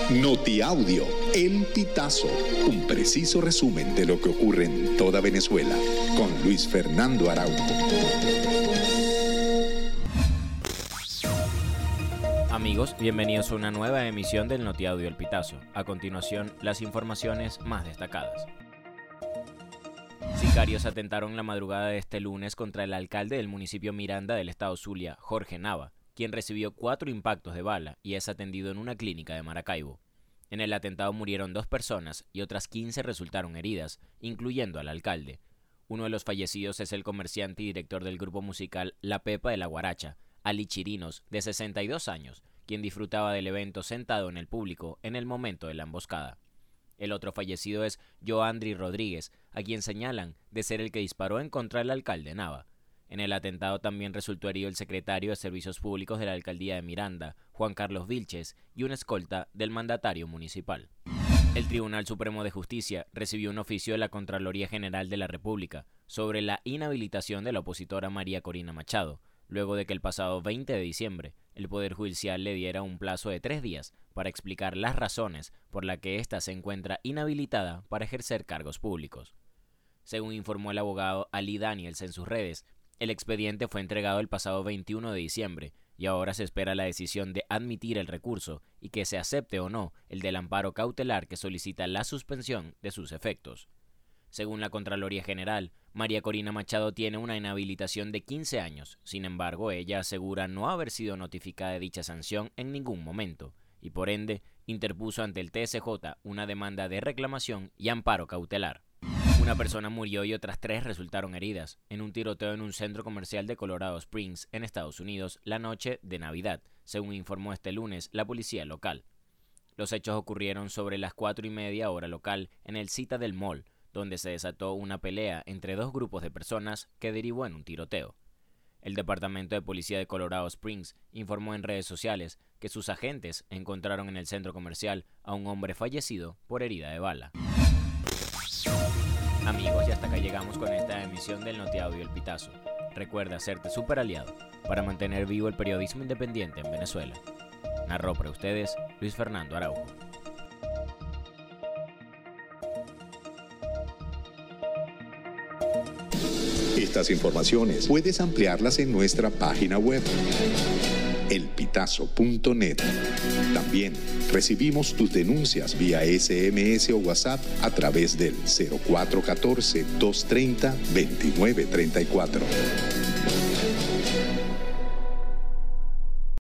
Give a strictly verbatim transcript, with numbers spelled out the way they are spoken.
Notiaudio, El Pitazo, un preciso resumen de lo que ocurre en toda Venezuela, con Luis Fernando Araújo. Amigos, bienvenidos a una nueva emisión del Notiaudio El Pitazo. A continuación, las informaciones más destacadas. Sicarios atentaron la madrugada de este lunes contra el alcalde del municipio Miranda del estado Zulia, Jorge Nava, quien recibió cuatro impactos de bala y es atendido en una clínica de Maracaibo. En el atentado murieron dos personas y otras quince resultaron heridas, incluyendo al alcalde. Uno de los fallecidos es el comerciante y director del grupo musical La Pepa de la Guaracha, Ali Chirinos, de sesenta y dos años, quien disfrutaba del evento sentado en el público en el momento de la emboscada. El otro fallecido es Joandri Rodríguez, a quien señalan de ser el que disparó en contra del alcalde Nava. En el atentado también resultó herido el secretario de Servicios Públicos de la Alcaldía de Miranda, Juan Carlos Vilches, y una escolta del mandatario municipal. El Tribunal Supremo de Justicia recibió un oficio de la Contraloría General de la República sobre la inhabilitación de la opositora María Corina Machado, luego de que el pasado veinte de diciembre el Poder Judicial le diera un plazo de tres días para explicar las razones por las que ésta se encuentra inhabilitada para ejercer cargos públicos. Según informó el abogado Ali Daniels en sus redes, el expediente fue entregado el pasado veintiuno de diciembre y ahora se espera la decisión de admitir el recurso y que se acepte o no el del amparo cautelar que solicita la suspensión de sus efectos. Según la Contraloría General, María Corina Machado tiene una inhabilitación de quince años, sin embargo ella asegura no haber sido notificada de dicha sanción en ningún momento y por ende interpuso ante el T S J una demanda de reclamación y amparo cautelar. Una persona murió y otras tres resultaron heridas en un tiroteo en un centro comercial de Colorado Springs, en Estados Unidos, la noche de Navidad, según informó este lunes la policía local. Los hechos ocurrieron sobre las cuatro y media hora local en el Citadel Mall, donde se desató una pelea entre dos grupos de personas que derivó en un tiroteo. El Departamento de Policía de Colorado Springs informó en redes sociales que sus agentes encontraron en el centro comercial a un hombre fallecido por herida de bala. Amigos, y hasta acá llegamos con esta emisión del Notiaudio El Pitazo. Recuerda hacerte super aliado para mantener vivo el periodismo independiente en Venezuela. Narró para ustedes Luis Fernando Araújo. Estas informaciones puedes ampliarlas en nuestra página web, el pitazo punto net. También recibimos tus denuncias vía ese eme ese o WhatsApp a través del cero cuatro uno cuatro, dos tres cero, dos nueve tres cuatro.